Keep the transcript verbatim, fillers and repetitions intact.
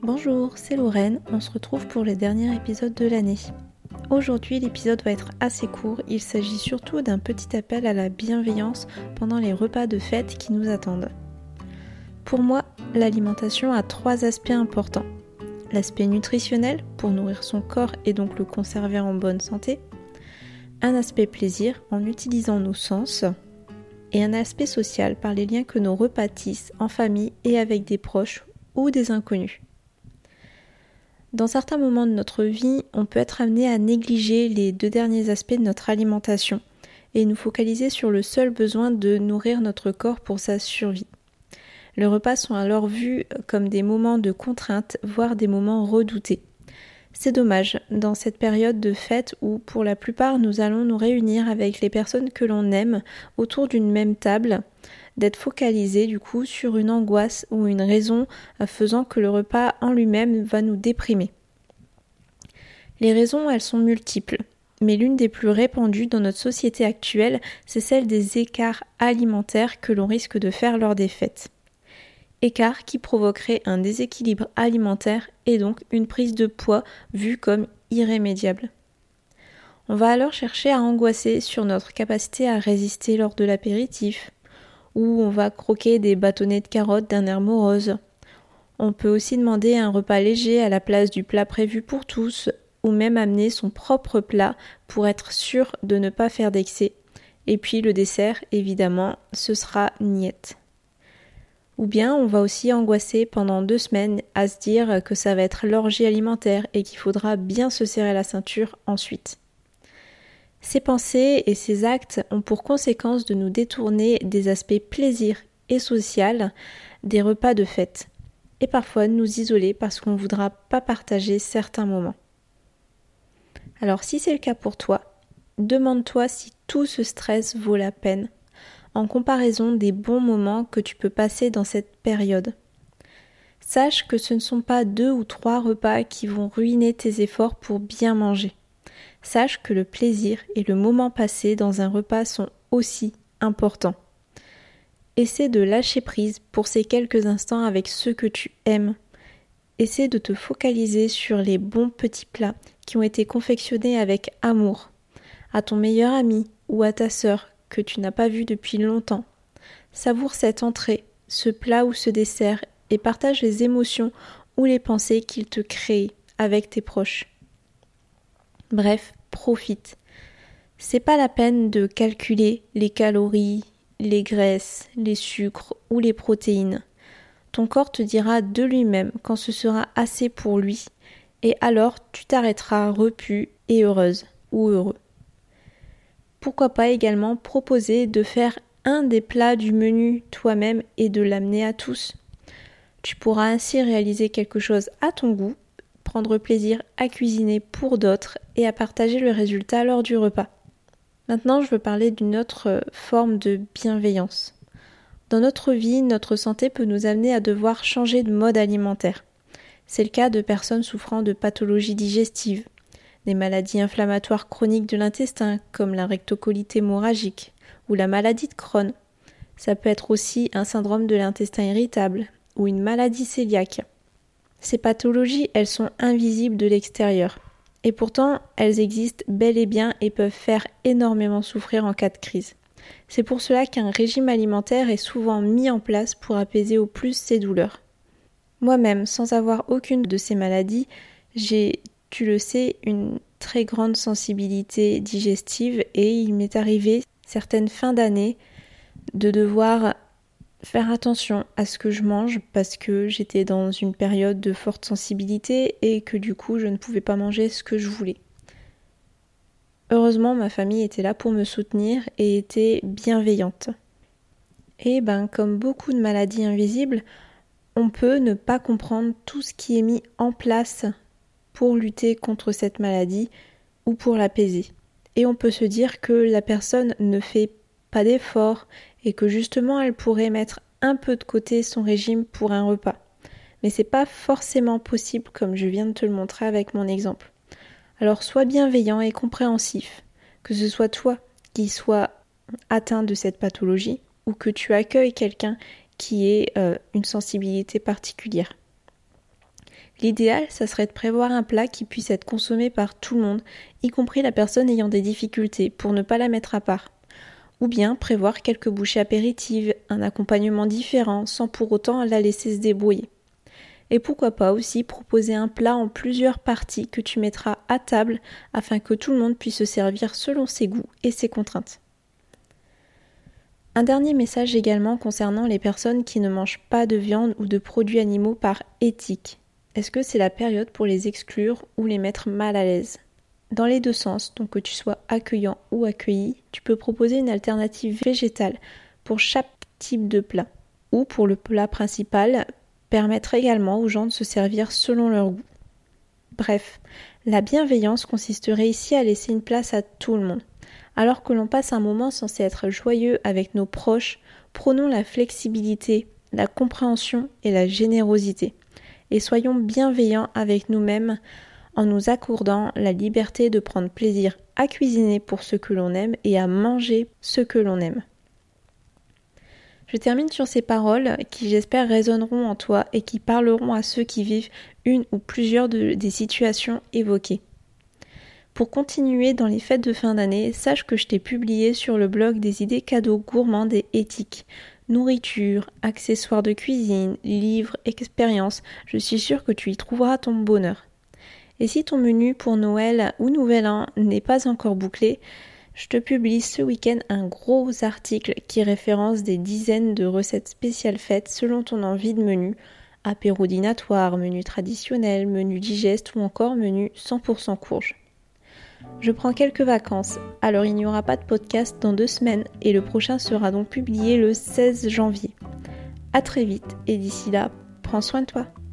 Bonjour, c'est Lorraine, on se retrouve pour le dernier épisode de l'année. Aujourd'hui, l'épisode va être assez court, il s'agit surtout d'un petit appel à la bienveillance pendant les repas de fête qui nous attendent. Pour moi, l'alimentation a trois aspects importants. L'aspect nutritionnel, pour nourrir son corps et donc le conserver en bonne santé. Un aspect plaisir, en utilisant nos sens. Et un aspect social, par les liens que nos repas tissent en famille et avec des proches ou des inconnus. Dans certains moments de notre vie, on peut être amené à négliger les deux derniers aspects de notre alimentation et nous focaliser sur le seul besoin de nourrir notre corps pour sa survie. Les repas sont alors vus comme des moments de contrainte, voire des moments redoutés. C'est dommage, dans cette période de fête où, pour la plupart, nous allons nous réunir avec les personnes que l'on aime autour d'une même table, d'être focalisé du coup sur une angoisse ou une raison faisant que le repas en lui-même va nous déprimer. Les raisons, elles sont multiples, mais l'une des plus répandues dans notre société actuelle, c'est celle des écarts alimentaires que l'on risque de faire lors des fêtes. Écarts qui provoqueraient un déséquilibre alimentaire et donc une prise de poids vue comme irrémédiable. On va alors chercher à angoisser sur notre capacité à résister lors de l'apéritif, ou on va croquer des bâtonnets de carottes d'un air morose. On peut aussi demander un repas léger à la place du plat prévu pour tous, ou même amener son propre plat pour être sûr de ne pas faire d'excès. Et puis le dessert, évidemment, ce sera niette. Ou bien on va aussi angoisser pendant deux semaines à se dire que ça va être l'orgie alimentaire et qu'il faudra bien se serrer la ceinture ensuite. Ces pensées et ces actes ont pour conséquence de nous détourner des aspects plaisir et social des repas de fête, et parfois de nous isoler parce qu'on ne voudra pas partager certains moments. Alors si c'est le cas pour toi, demande-toi si tout ce stress vaut la peine, en comparaison des bons moments que tu peux passer dans cette période. Sache que ce ne sont pas deux ou trois repas qui vont ruiner tes efforts pour bien manger. Sache que le plaisir et le moment passé dans un repas sont aussi importants. Essaie de lâcher prise pour ces quelques instants avec ceux que tu aimes. Essaie de te focaliser sur les bons petits plats qui ont été confectionnés avec amour, à ton meilleur ami ou à ta sœur que tu n'as pas vu depuis longtemps. Savoure cette entrée, ce plat ou ce dessert et partage les émotions ou les pensées qu'il te crée avec tes proches. Bref, profite. C'est pas la peine de calculer les calories, les graisses, les sucres ou les protéines. Ton corps te dira de lui-même quand ce sera assez pour lui et alors tu t'arrêteras repu et heureuse ou heureux. Pourquoi pas également proposer de faire un des plats du menu toi-même et de l'amener à tous. Tu pourras ainsi réaliser quelque chose à ton goût, prendre plaisir à cuisiner pour d'autres et à partager le résultat lors du repas. Maintenant, je veux parler d'une autre forme de bienveillance. Dans notre vie, notre santé peut nous amener à devoir changer de mode alimentaire. C'est le cas de personnes souffrant de pathologies digestives, des maladies inflammatoires chroniques de l'intestin comme la rectocolite hémorragique ou la maladie de Crohn. Ça peut être aussi un syndrome de l'intestin irritable ou une maladie cœliaque. Ces pathologies, elles sont invisibles de l'extérieur. Et pourtant, elles existent bel et bien et peuvent faire énormément souffrir en cas de crise. C'est pour cela qu'un régime alimentaire est souvent mis en place pour apaiser au plus ces douleurs. Moi-même, sans avoir aucune de ces maladies, j'ai, tu le sais, une très grande sensibilité digestive et il m'est arrivé certaines fins d'année de devoir faire attention à ce que je mange parce que j'étais dans une période de forte sensibilité et que du coup je ne pouvais pas manger ce que je voulais. Heureusement, ma famille était là pour me soutenir et était bienveillante. Et ben, comme beaucoup de maladies invisibles, on peut ne pas comprendre tout ce qui est mis en place pour lutter contre cette maladie ou pour l'apaiser. Et on peut se dire que la personne ne fait pas d'efforts et que justement elle pourrait mettre un peu de côté son régime pour un repas. Mais c'est pas forcément possible comme je viens de te le montrer avec mon exemple. Alors sois bienveillant et compréhensif, que ce soit toi qui sois atteint de cette pathologie ou que tu accueilles quelqu'un qui ait euh, une sensibilité particulière. L'idéal, ça serait de prévoir un plat qui puisse être consommé par tout le monde, y compris la personne ayant des difficultés, pour ne pas la mettre à part. Ou bien prévoir quelques bouchées apéritives, un accompagnement différent, sans pour autant la laisser se débrouiller. Et pourquoi pas aussi proposer un plat en plusieurs parties que tu mettras à table afin que tout le monde puisse se servir selon ses goûts et ses contraintes. Un dernier message également concernant les personnes qui ne mangent pas de viande ou de produits animaux par éthique. Est-ce que c'est la période pour les exclure ou les mettre mal à l'aise ? Dans les deux sens, donc que tu sois accueillant ou accueilli, tu peux proposer une alternative végétale pour chaque type de plat. Ou pour le plat principal, permettre également aux gens de se servir selon leur goût. Bref, la bienveillance consisterait ici à laisser une place à tout le monde. Alors que l'on passe un moment censé être joyeux avec nos proches, prônons la flexibilité, la compréhension et la générosité. Et soyons bienveillants avec nous-mêmes en nous accordant la liberté de prendre plaisir à cuisiner pour ce que l'on aime et à manger ce que l'on aime. Je termine sur ces paroles qui j'espère résonneront en toi et qui parleront à ceux qui vivent une ou plusieurs de, des situations évoquées. Pour continuer dans les fêtes de fin d'année, sache que je t'ai publié sur le blog des idées cadeaux gourmandes et éthiques. Nourriture, accessoires de cuisine, livres, expériences, je suis sûre que tu y trouveras ton bonheur. Et si ton menu pour Noël ou Nouvel An n'est pas encore bouclé, je te publie ce week-end un gros article qui référence des dizaines de recettes spéciales faites selon ton envie de menu, apéro dînatoire, menu traditionnel, menu digeste ou encore menu cent pour cent courge. Je prends quelques vacances, alors il n'y aura pas de podcast dans deux semaines et le prochain sera donc publié le seize janvier. À très vite et d'ici là, prends soin de toi.